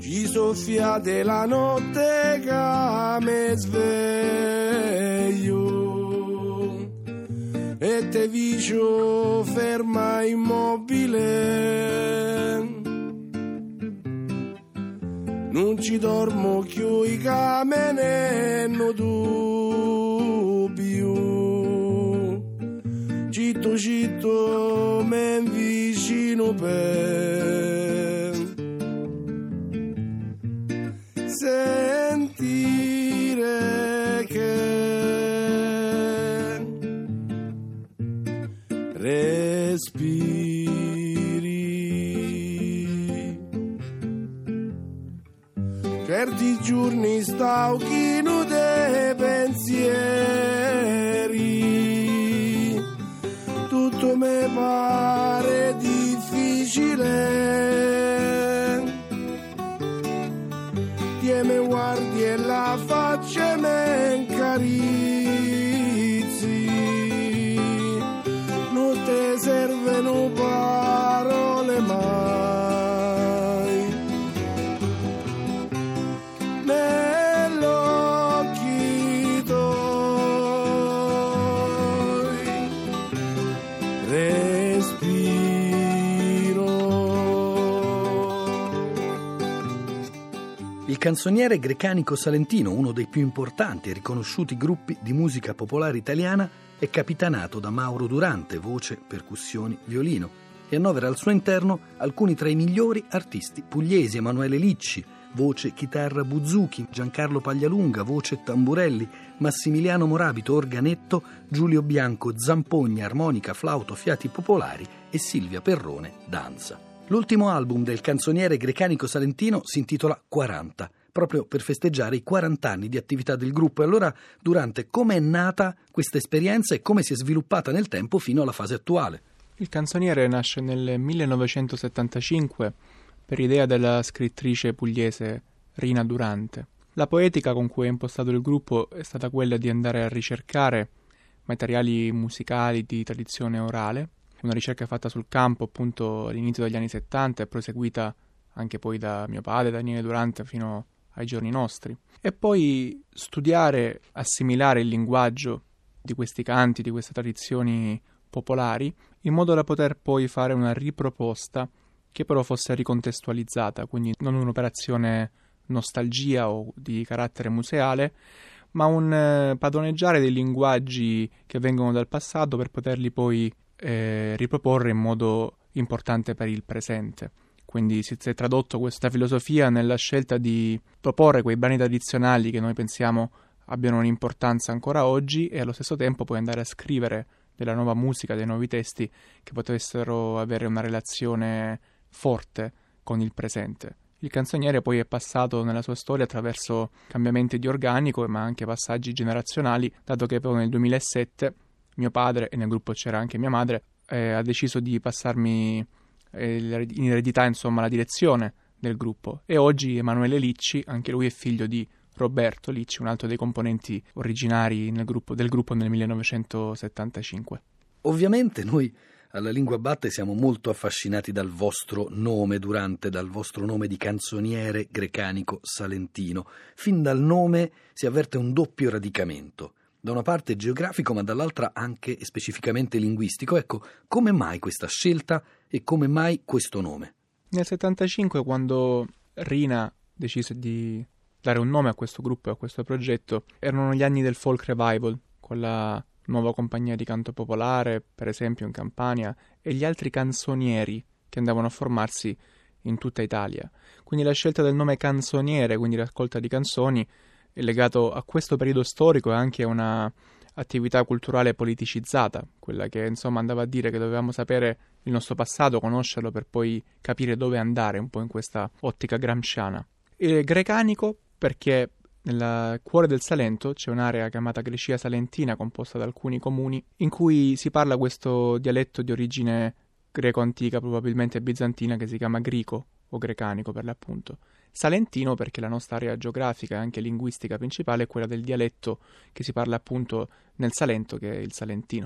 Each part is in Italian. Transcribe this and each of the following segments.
Ci soffiate la notte che me sveglio e te vicio ferma immobile. Non ci dormo più i camene no dubbio. Citto citto me vicino per sentire che respiri. Certi giorni stau chino de pensieri, tutto mi pare difficile. Tie me guardi e la faccia me incarizi, non te servono parole mai. Nell'occhi tuoi respiro. Il canzoniere grecanico salentino, uno dei più importanti e riconosciuti gruppi di musica popolare italiana, è capitanato da Mauro Durante, voce, percussioni, violino, e annovera al suo interno alcuni tra i migliori artisti pugliesi: Emanuele Licci, voce, chitarra, buzuki; Giancarlo Paglialunga, voce e tamburelli; Massimiliano Morabito, organetto; Giulio Bianco, zampogna, armonica, flauto, fiati popolari; e Silvia Perrone, danza. L'ultimo album del canzoniere grecanico salentino si intitola 40, proprio per festeggiare i 40 anni di attività del gruppo. E allora, Durante, come è nata questa esperienza e come si è sviluppata nel tempo fino alla fase attuale? Il canzoniere nasce nel 1975 per idea della scrittrice pugliese Rina Durante. La poetica con cui è impostato il gruppo è stata quella di andare a ricercare materiali musicali di tradizione orale, una ricerca fatta sul campo appunto all'inizio degli anni 70 e proseguita anche poi da mio padre, Daniele Durante, fino ai giorni nostri. E poi studiare, assimilare il linguaggio di questi canti, di queste tradizioni popolari, in modo da poter poi fare una riproposta che però fosse ricontestualizzata, quindi non un'operazione nostalgia o di carattere museale, ma un padroneggiare dei linguaggi che vengono dal passato per poterli poi riproporre in modo importante per il presente. Quindi si è tradotto questa filosofia nella scelta di proporre quei brani tradizionali che noi pensiamo abbiano un'importanza ancora oggi e allo stesso tempo poi andare a scrivere della nuova musica, dei nuovi testi che potessero avere una relazione forte con il presente. Il canzoniere poi è passato nella sua storia attraverso cambiamenti di organico, ma anche passaggi generazionali, dato che poi nel 2007 mio padre, e nel gruppo c'era anche mia madre, ha deciso di passarmi in eredità, insomma, la direzione del gruppo. E oggi Emanuele Licci, anche lui è figlio di Roberto Licci, un altro dei componenti originari del gruppo nel 1975. Ovviamente noi alla Lingua Batte siamo molto affascinati dal vostro nome, Durante, dal vostro nome di canzoniere grecanico salentino. Fin dal nome si avverte un doppio radicamento, da una parte geografico ma dall'altra anche specificamente linguistico. Ecco, come mai questa scelta e come mai questo nome? Nel 75, quando Rina decise di dare un nome a questo gruppo e a questo progetto, erano gli anni del folk revival, con la nuova compagnia di canto popolare, per esempio in Campania, e gli altri canzonieri che andavano a formarsi in tutta Italia. Quindi la scelta del nome canzoniere, quindi raccolta di canzoni, è legato a questo periodo storico e anche a una attività culturale politicizzata, quella che insomma andava a dire che dovevamo sapere il nostro passato, conoscerlo per poi capire dove andare, un po' in questa ottica gramsciana. E grecanico perché nel cuore del Salento c'è un'area chiamata Grecia Salentina, composta da alcuni comuni, in cui si parla questo dialetto di origine greco-antica, probabilmente bizantina, che si chiama grico o grecanico per l'appunto. Salentino perché la nostra area geografica e anche linguistica principale è quella del dialetto che si parla appunto nel Salento, che è il salentino.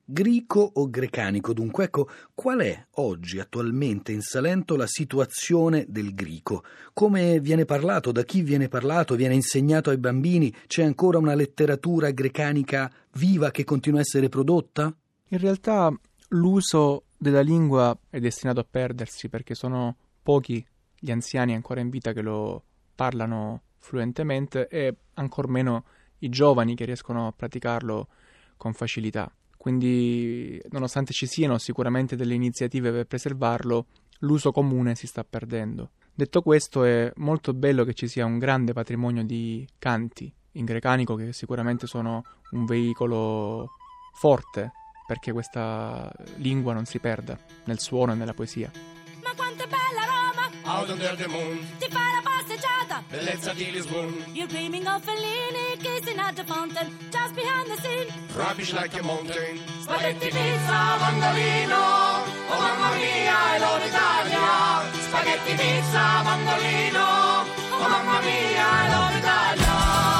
Grico o grecanico, dunque, ecco, qual è oggi, attualmente in Salento, la situazione del grico? Come viene parlato, da chi viene parlato, viene insegnato ai bambini? C'è ancora una letteratura grecanica viva che continua a essere prodotta? In realtà l'uso della lingua è destinato a perdersi perché sono pochi gli anziani ancora in vita che lo parlano fluentemente e ancor meno i giovani che riescono a praticarlo con facilità. Quindi, nonostante ci siano sicuramente delle iniziative per preservarlo, l'uso comune si sta perdendo. Detto questo, è molto bello che ci sia un grande patrimonio di canti in grecanico che sicuramente sono un veicolo forte perché questa lingua non si perda nel suono e nella poesia. Ma quanto è bella Roma! Out under the moon, Ti fai la passeggiata! bellezza di Lisbon, You're dreaming of Fellini, kissing at the fountain, just behind the scene. rubbish like a mountain. Spaghetti, pizza, mandolino, oh mamma mia, I love Italia. Spaghetti, pizza, mandolino, oh mamma mia, I love Italia.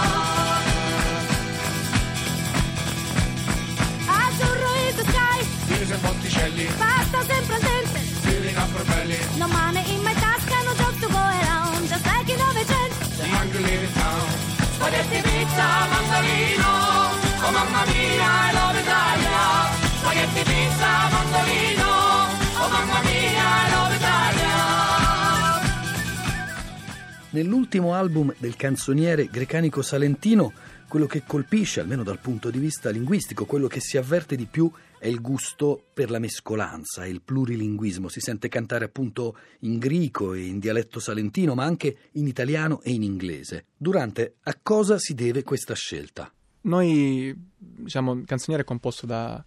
Azzurro is the sky, Pisa e Botticelli, pasta sempre al dente. feeling up propelli, No money in my tasca, no jobs to go around, just like in Novecento. the hungry live in town. Spaghetti, pizza, mandolino, oh mamma mia, I love Italia. Spaghetti, pizza, mandolino, oh mamma mia, I love Italia. Nell'ultimo album del canzoniere grecanico salentino, quello che colpisce, almeno dal punto di vista linguistico, quello che si avverte di più è il gusto per la mescolanza, il plurilinguismo. Si sente cantare appunto in greco e in dialetto salentino, ma anche in italiano e in inglese. Durante, a cosa si deve questa scelta? Noi, il canzoniere è composto da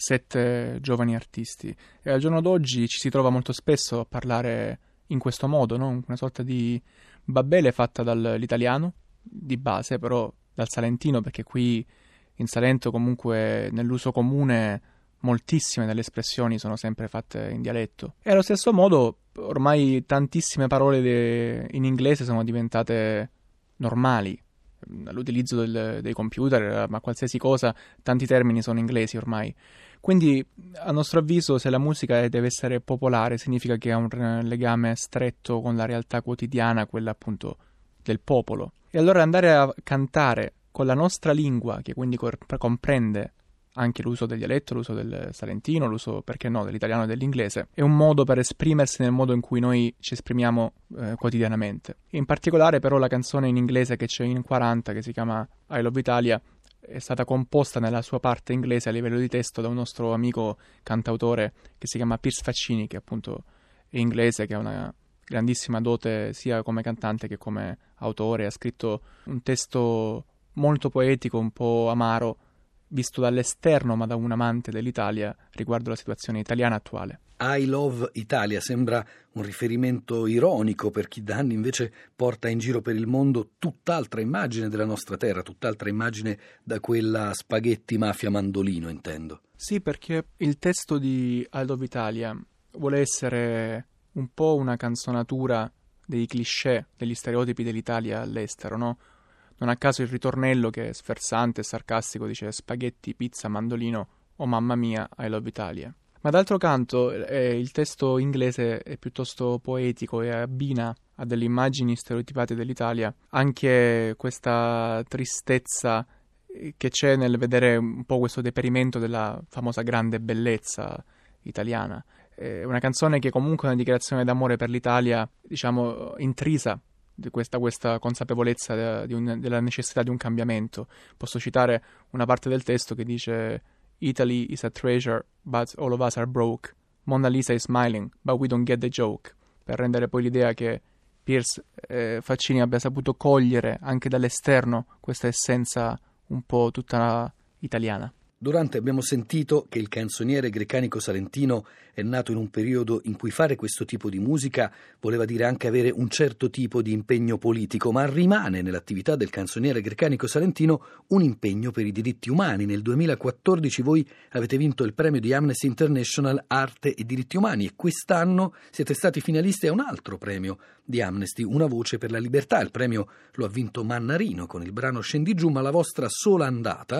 7 giovani artisti e al giorno d'oggi ci si trova molto spesso a parlare in questo modo, no? Una sorta di babele fatta dall'italiano di base, però dal salentino, perché qui in Salento comunque nell'uso comune moltissime delle espressioni sono sempre fatte in dialetto. E allo stesso modo ormai tantissime parole in inglese sono diventate normali. All'utilizzo dei computer, ma qualsiasi cosa, tanti termini sono inglesi ormai. Quindi, a nostro avviso, se la musica deve essere popolare, significa che ha un legame stretto con la realtà quotidiana, quella appunto del popolo. E allora andare a cantare con la nostra lingua, che quindi comprende anche l'uso del dialetto, l'uso del salentino, l'uso, perché no, dell'italiano e dell'inglese, è un modo per esprimersi nel modo in cui noi ci esprimiamo quotidianamente. In particolare però la canzone in inglese che c'è in 40, che si chiama I Love Italia, è stata composta nella sua parte inglese a livello di testo da un nostro amico cantautore che si chiama Piers Faccini, che appunto è inglese, che ha una grandissima dote sia come cantante che come autore. Ha scritto un testo molto poetico, un po' amaro, visto dall'esterno ma da un amante dell'Italia riguardo la situazione italiana attuale. I Love Italia sembra un riferimento ironico per chi da anni invece porta in giro per il mondo tutt'altra immagine della nostra terra, tutt'altra immagine da quella spaghetti mafia mandolino, intendo. Sì, perché il testo di I Love Italia vuole essere un po' una canzonatura dei cliché, degli stereotipi dell'Italia all'estero, no? Non a caso il ritornello, che è sferzante e sarcastico, dice spaghetti, pizza, mandolino, oh mamma mia, I love Italia. Ma d'altro canto il testo inglese è piuttosto poetico e abbina a delle immagini stereotipate dell'Italia anche questa tristezza che c'è nel vedere un po' questo deperimento della famosa grande bellezza italiana. È una canzone che comunque è una dichiarazione d'amore per l'Italia, diciamo, intrisa di questa consapevolezza della necessità di un cambiamento. Posso citare una parte del testo che dice Italy is a treasure, but all of us are broke. Mona Lisa is smiling, but we don't get the joke. Per rendere poi l'idea che Piers Faccini abbia saputo cogliere anche dall'esterno questa essenza un po' tutta italiana. Durante abbiamo sentito che il canzoniere grecanico salentino è nato in un periodo in cui fare questo tipo di musica voleva dire anche avere un certo tipo di impegno politico, ma rimane nell'attività del canzoniere grecanico salentino un impegno per i diritti umani. Nel 2014 voi avete vinto il premio di Amnesty International Arte e Diritti Umani e quest'anno siete stati finalisti a un altro premio di Amnesty, Una voce per la libertà. Il premio lo ha vinto Mannarino con il brano Scendi giù, ma la vostra sola andata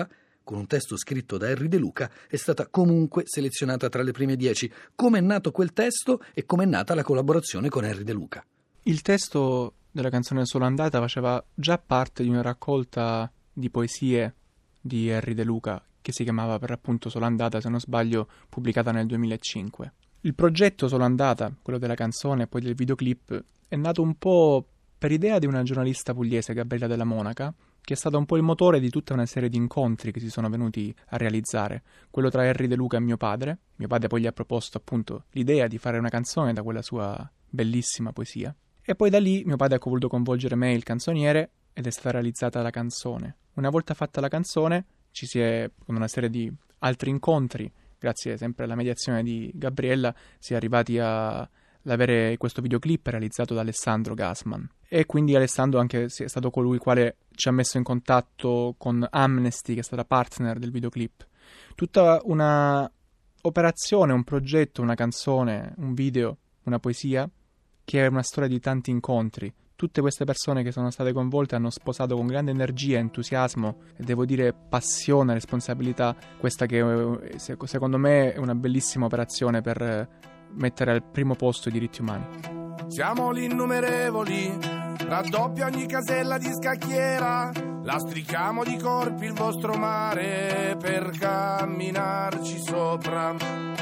con un testo scritto da Henry De Luca, è stata comunque selezionata tra le prime 10. Come è nato quel testo e come è nata la collaborazione con Henry De Luca? Il testo della canzone Solo Andata faceva già parte di una raccolta di poesie di Henry De Luca che si chiamava per appunto Solo Andata, se non sbaglio, pubblicata nel 2005. Il progetto Solo Andata, quello della canzone e poi del videoclip, è nato un po' per idea di una giornalista pugliese, Gabriella Della Monaca, che è stata un po' il motore di tutta una serie di incontri che si sono venuti a realizzare. Quello tra Henry De Luca e mio padre. Mio padre poi gli ha proposto appunto l'idea di fare una canzone da quella sua bellissima poesia. E poi da lì mio padre ha voluto coinvolgere me, il canzoniere, ed è stata realizzata la canzone. Una volta fatta la canzone, ci si è, con una serie di altri incontri, grazie sempre alla mediazione di Gabriella, si è arrivati avere questo videoclip realizzato da Alessandro Gassman. E quindi Alessandro anche è stato colui quale ci ha messo in contatto con Amnesty, che è stata partner del videoclip. Tutta una operazione, un progetto, una canzone, un video, una poesia, che è una storia di tanti incontri. Tutte queste persone che sono state coinvolte hanno sposato con grande energia, entusiasmo e devo dire passione, responsabilità, questa che secondo me è una bellissima operazione per mettere al primo posto i diritti umani. Siamo lì innumerevoli, raddoppia ogni casella di scacchiera, lastrichiamo di corpi il vostro mare per camminarci sopra.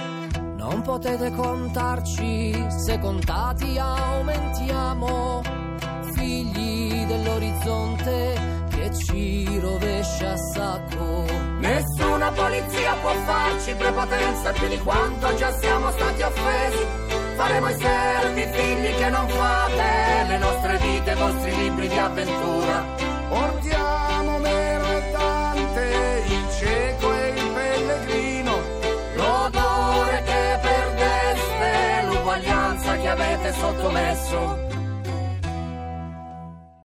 Non potete contarci, se contati aumentiamo, figli dell'orizzonte che ci rovescia a sacco. Nessuna polizia può farci prepotenza più di quanto già siamo stati offesi. Faremo i servi figli che non fate, le nostre vite, i vostri libri di avventura. Portiamo Omero e Dante, il cieco e il pellegrino, L'odore che perdeste, l'uguaglianza che avete sottomesso.